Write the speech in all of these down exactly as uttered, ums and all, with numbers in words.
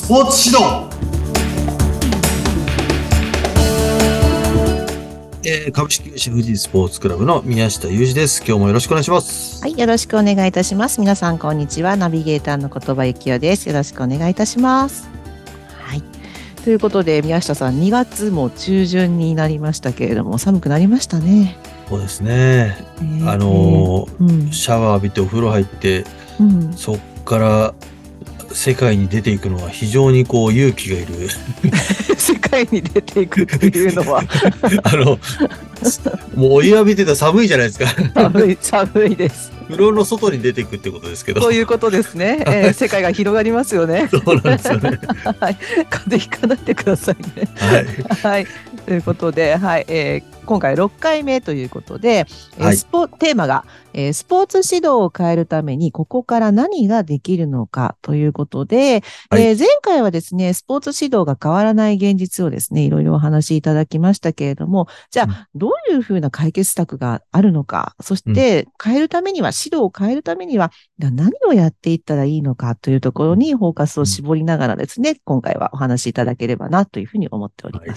スポーツ指導、えー、株式会社富士スポーツクラブの宮下裕二です。今日もよろしくお願いします。 はい、よろしくお願いいたします。皆さんこんにちは。ナビゲーターの言葉幸代です。よろしくお願いいたします。はい。ということで宮下さん、にがつも中旬になりましたけれども、寒くなりましたね。 そうですね。 えー、 あのーうん、 シャワー浴びてお風呂入って、 うん、 そっから世界に出ていくのは非常にこう勇気がいる。 世界に出ていくっていうのはあの、もうお湯浴びてたら寒いじゃないですか。 寒い、寒いです。 風呂の外に出ていくってことですけど。 そういうことですね。えー、世界が広がりますよね。 そうなんですよね。 はい、風邪ひかないでくださいね。 はい。 はい、ということで、はい、えー今回ろっかいめということで、えーはい。 スポテーマが、えースポーツ指導を変えるためにここから何ができるのかということで、 はい。 えー前回はですね、スポーツ指導が変わらない現実をですね、いろいろお話しいただきましたけれども、じゃうん。 あ、どういうふうな解決策があるのか、そしうん。 て変えるためには、指導を変えるためには、じゃあ何をやっていったらいいのかというところにフォーカスをうん。 絞りながらですね、今回はお話しいただければなというふうに思っておりはい。 ます。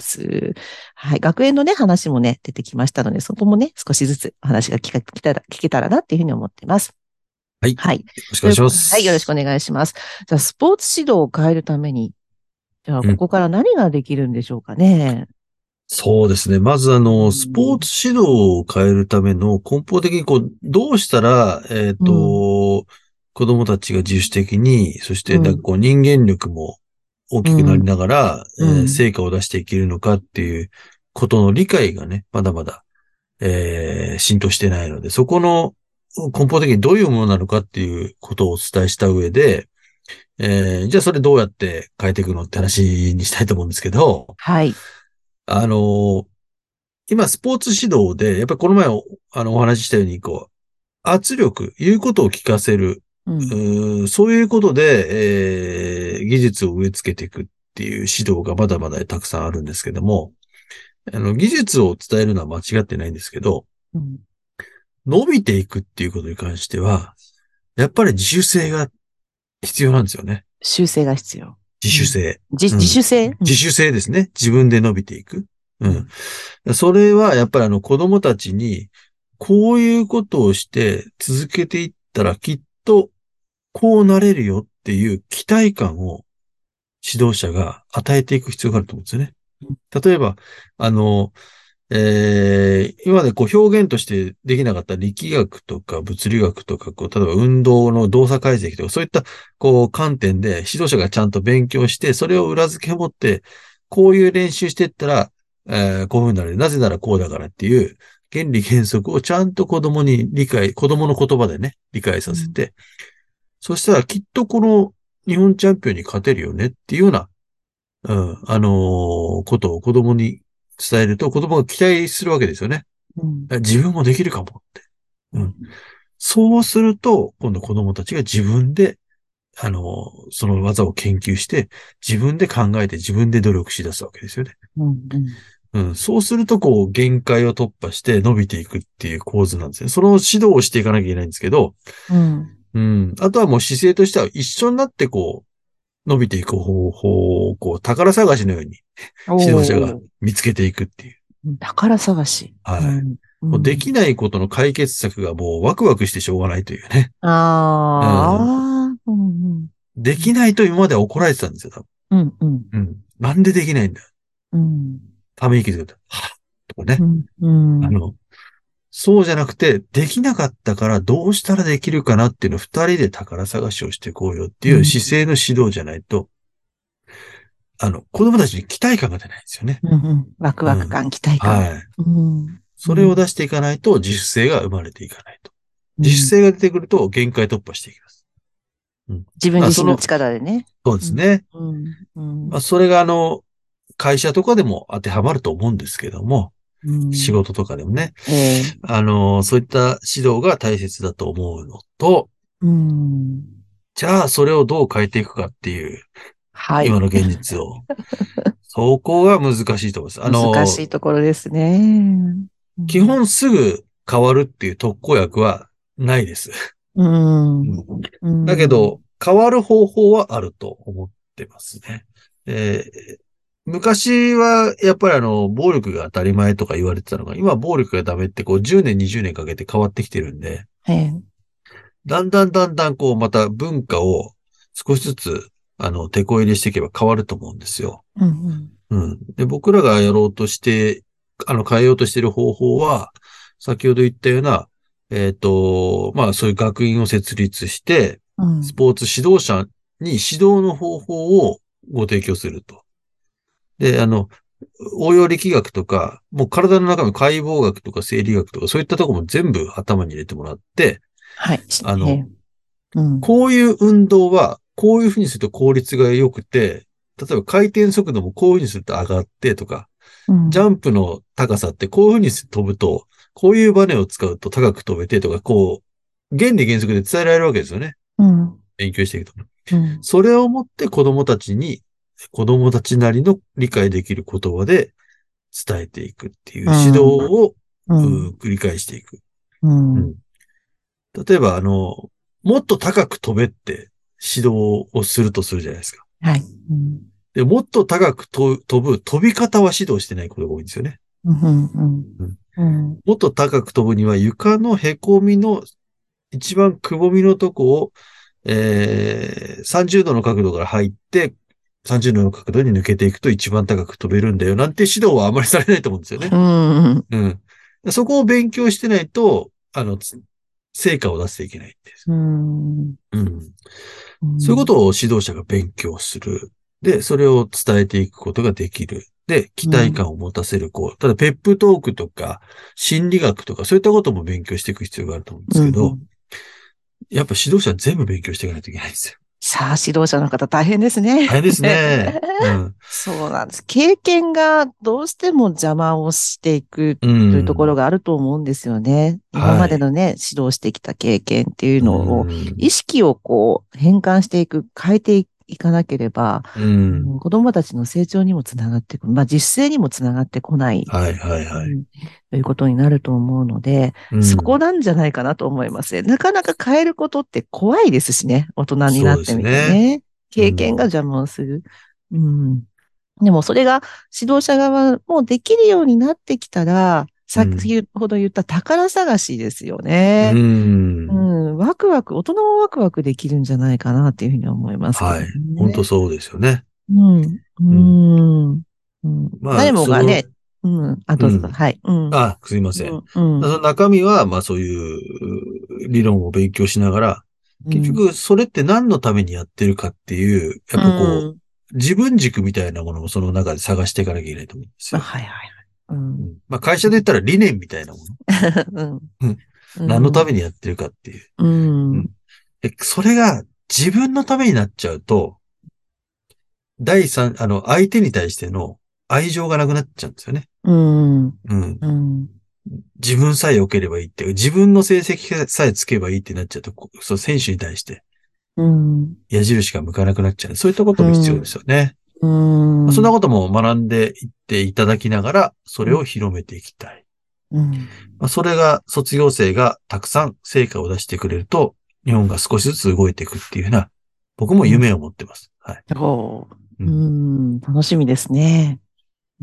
はい。学園のね、話もね、出てきましたので、そこもね、少しずつお話が聞か聞けたら、聞けたらなっていうふうに思っています。 はい。よはい。 ろしくお願いしまはい。よろしくおす。 願いします。じゃあ、スポーツ指導を変えるために、じゃあ、 うん。 ここから何ができるんでしょうかね。 そうですね。まずあうの、スポーん。 ツ指導を変えるための根本的にこう、どうしたら、えっうん。 と、子供たちが自主的に、そしてなんかうん。 こう人間力も大うきくなりん。 ながら、えーうん。 成果を出していけるのかっていうことの理解がね、まだまだ、えー浸透してないので、そこの根本的にどういうものなのかっていうことをお伝えした上で、えーじゃあそれどうやって変えていくのって話にしたいと思うんですけど、 はい。 あの今、スポーツ指導で、やっぱりこの前お、あの、お話ししたように、こう、圧力、言うことを聞かせる、 うん。 うーんそういうことで、えー技術を植え付けていくっていう指導がまだまだたくさんあるんですけども、あの、技術を伝えるのは間違ってないんですけど、 うん。 伸びていくっていうことに関しては、やっぱり自主性が必要なんですよね。 修正が必要。 自うん。 主性。 自、自うん。 主性。うん。 自主性ですね。自分で伸びていく。うん。 うん。 それはやっぱりあの子供たちに、こういうことをして続けていったらきっとこうなれるよっていう期待感を指導者が与えていく必要があると思うんですよね。例えば、あの、えー、今までこう表現としてできなかった力学とか物理学とか、こう、例えば運動の動作解析とか、そういったこう観点で指導者がちゃんと勉強して、それを裏付けを持って、こういう練習していったら、えーこういうふうになる。なぜならこうだからっていう原理原則をちゃんと子供に理解、子供の言葉でね、理解うん。 させて、そしたらきっとこの日本チャンピオンに勝てるよねっていうような、うん、あのーことを子供に伝えると子供が期待するわけですよね。 うん。 自分もできるかもって。 うん。 うん。そうすると、今度子供たちが自分で、あのーその技を研究して、自分で考えて自分で努力し出すわけですよね。 うん。うん。 うん。そうすると、こう、限界を突破して伸びていくっていう構図なんですね。その指導をしていかなきゃいけないんですけど、 うん。 うん。あとはもう姿勢としては一緒になってこう、伸びていく方法を、こう、宝探しのように指導者がおー。 見つけていくっていう。 宝探し。うはい。 ん。うもうでん。 きないことの解決策がもうワクワクしてしょうがないというね。うん。 ああ、うん。 できないと今までは怒られてたんですよ、多分。 うん。うん。 うん。なんでできないんだよ。 うん。 ため息つけて、はぁ、とかね。 うん。うん。 あの、そうじゃなくて、できなかったからどうしたらできるかなっていうのを二人で宝探しをしていこうよっていううん。 姿勢の指導じゃないと、あの、子供たちに期待感が出ないんですよね。 うん。ワクうん。 ワク感、期待感。 はい。 うん。うそれをん。 出していかないと自主性が生まれていかないと。自主うん。 性が出てくると限界突破していきます。うん。 自分まあ、その、 自身の力でね。 そうでうん。 すね。 うん。うん。 まあ、それがあの、会社とかでも当てはまると思うんですけども、 うん。 仕事とかでもね、 ええ。 あの、そういった指導が大切だと思うのと、 うん。 じゃあそれをどう変えていくかっていう、 はい。 今の現実を、そこが難しいと思います。あの、 難しいところですね。うん。 基本すぐ変わるっていう特効薬はないです。 うん。 うん。 うん。 だけど、変わる方法はあると思ってますね。えー昔は、やっぱりあの、暴力が当たり前とか言われてたのが、今は暴力がダメってこうじゅうねん、にじゅうねんかけて変わってきてるんで、 ええ、 だんだんだんだんこうまた文化を少しずつ、あの、手こ入れしていけば変わると思うんですよ。 うん、 うん。で、僕らがやろうとして、あの、変えようとしている方法は、先ほど言ったような、えっと、まあ、そういう学院を設立して、 うん、うん、 スポーツ指導者に指導の方法をご提供すると。で、あの、応用力学とか、もう体の中の解剖学とか生理学とか、そういったところも全部頭に入れてもらって、 はい、しえあの、 え、うん、 こういう運動は、こういうふうにすると効率が良くて、例えば回転速度もこういうふうにすると上がってとか、 うん、 ジャンプの高さってこういうふうに飛ぶと、こういうバネを使うと高く飛べてとか、こう、原理原則で伝えられるわけですよね。 うん、 勉強していくと。 うん、 それをもって子供たちに、子供たちなりの理解できる言葉で伝えていくっていうう指導ん、 をうん、 う繰り返していく。 うん、 うん。例えば、あの、もっと高く飛べって指導をするとするじゃないですか。 はい、うん、 で、もっと高く飛ぶ飛び方は指導してないことが多いんですよね。 うん、うん、 うん。 うん、 もっと高く飛ぶには床の凹みの一番くぼみのとこを、えー、さんじゅうどの角度から入って、さんじゅうどの角度に抜けていくと一番高く飛べるんだよなんて指導はあまりされないと思うんですよね。 うん、 うん。そこを勉強してないと、あの、成果を出していけないんです。 うん、 うん。 うん、 そういうことを指導者が勉強する。で、それを伝えていくことができる。で、期待感を持たせる子。ただ、ペップトークとか、心理学とか、そういったことも勉強していく必要があると思うんですけど、 うん。 やっぱ指導者は全部勉強していかないといけないんですよ。 さあ、指導者の方大変ですね。 大変ですね。うん。 そうなんです。経験がどうしても邪魔をしていくうというところん。 があると思うんですよね。今まはい。 でのね、指導してきた経験っていううのを、意ん。 識をこう変換していく、変えていかなければ、 うん。 うん、子供たちの成長にもつながってくる。まあ実践にもつながってこないはいはいはい。 うん、ということになると思うので、そこうん。 なんじゃないかなと思いますね。なかなか変えることって怖いですしね。大人にそうでなってみてすね。 ね。経験がうん。 邪魔をする。うん。でもそれが指導者側もできるようになってきたら、 うん。 先ほど言った宝探しですようね。うん。 ん。ワクワク、大人もワクワクできるんじゃないかなっていうふうに思いますけどはい。本当ね。 そうですよね。 うん。ううん。 ん。うん。誰まあ、その、 もがね、うん。あ、どうぞ、 うん。 はい。うん。 あ、すいません。 うん、うん、 その中身は、まあそういう理論を勉強しながら、 うん、 結局それって何のためにやってるかっていう、やうっぱこん。 う、自分軸みたいなものもその中で探していかなきゃいけないと思うんですあ、 よ。 はいはいはい。うん、 うん、まあ会社で言ったら理念みたいなもの。 うん、 うん、 う何のたん、 めにやってるかっていう。 うん、 うん、でそれが自分のためになっちゃうと、第三、あの、相手に対しての愛情がなくなっちゃうんですよね。 うん、 うん。 うん、 自分さえ良ければいいって、自分の成績さえつけばいいってなっちゃうと、こうそう、選手に対してうん、 矢印が向かなくなっちゃう。そういったことも必要でうん、 すよね。 うまあ、そんなん、 ことも学んでいっていただきながら、それを広めていきたい。 うん。 まあ、それが卒業生がたくさん成果を出してくれると、日本が少しずつ動いていくっていうような、僕も夢を持ってます。はい。 おう、ううん。 ん、楽しみですね。うん。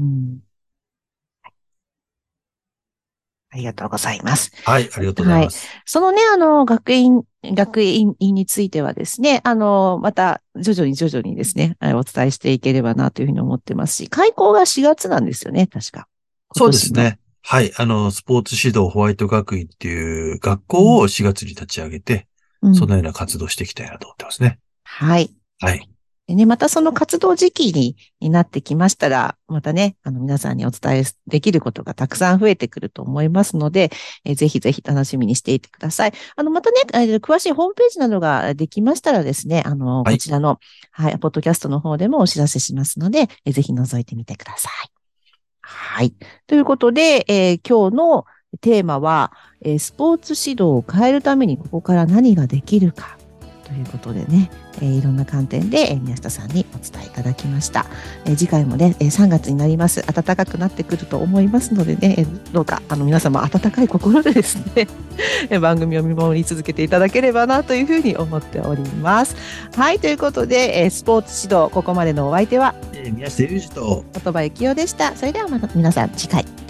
ありがとうございます。 はい、ありがとうございはい。 ます。 そのね、あの、学院、学院についてはですね、あの、また徐々に徐々にですね、あお伝えしていければなというふうに思ってますし、開校がしがつなんですよね、確か。今そうで年の。 すね。はい。あの、スポーツ指導ホワイト学院っていう学うん。 校をしがつに立ち上げて、 うん。 そのような活動していきたいなと思ってますね。 はい。 はい。 でね、またその活動時期に、になってきましたら、またね、あの、皆さんにお伝えできることがたくさん増えてくると思いますので、えーぜひぜひ楽しみにしていてください。あの、またね、えー詳しいホームページなどができましたらですね、あの、 はい。 こちらの、はい、ポッドキャストの方でもお知らせしますので、えーぜひ覗いてみてください。はい。ということで、えー今日のテーマは、えースポーツ指導を変えるためにここから何ができるか。 ということでね、えー、いろんな観点で、えー、宮下さんにお伝えいただきました。えー、次回もね、えー、さんがつになります。暖かくなってくると思いますのでね、えー、どうかあの皆様温かい心でですね番組を見守り続けていただければなというふうに思っております。はい、ということで、えー、スポーツ指導、ここまでのお相手は、 えー、宮下裕二と言葉幸代でした。それではまた皆さん次回。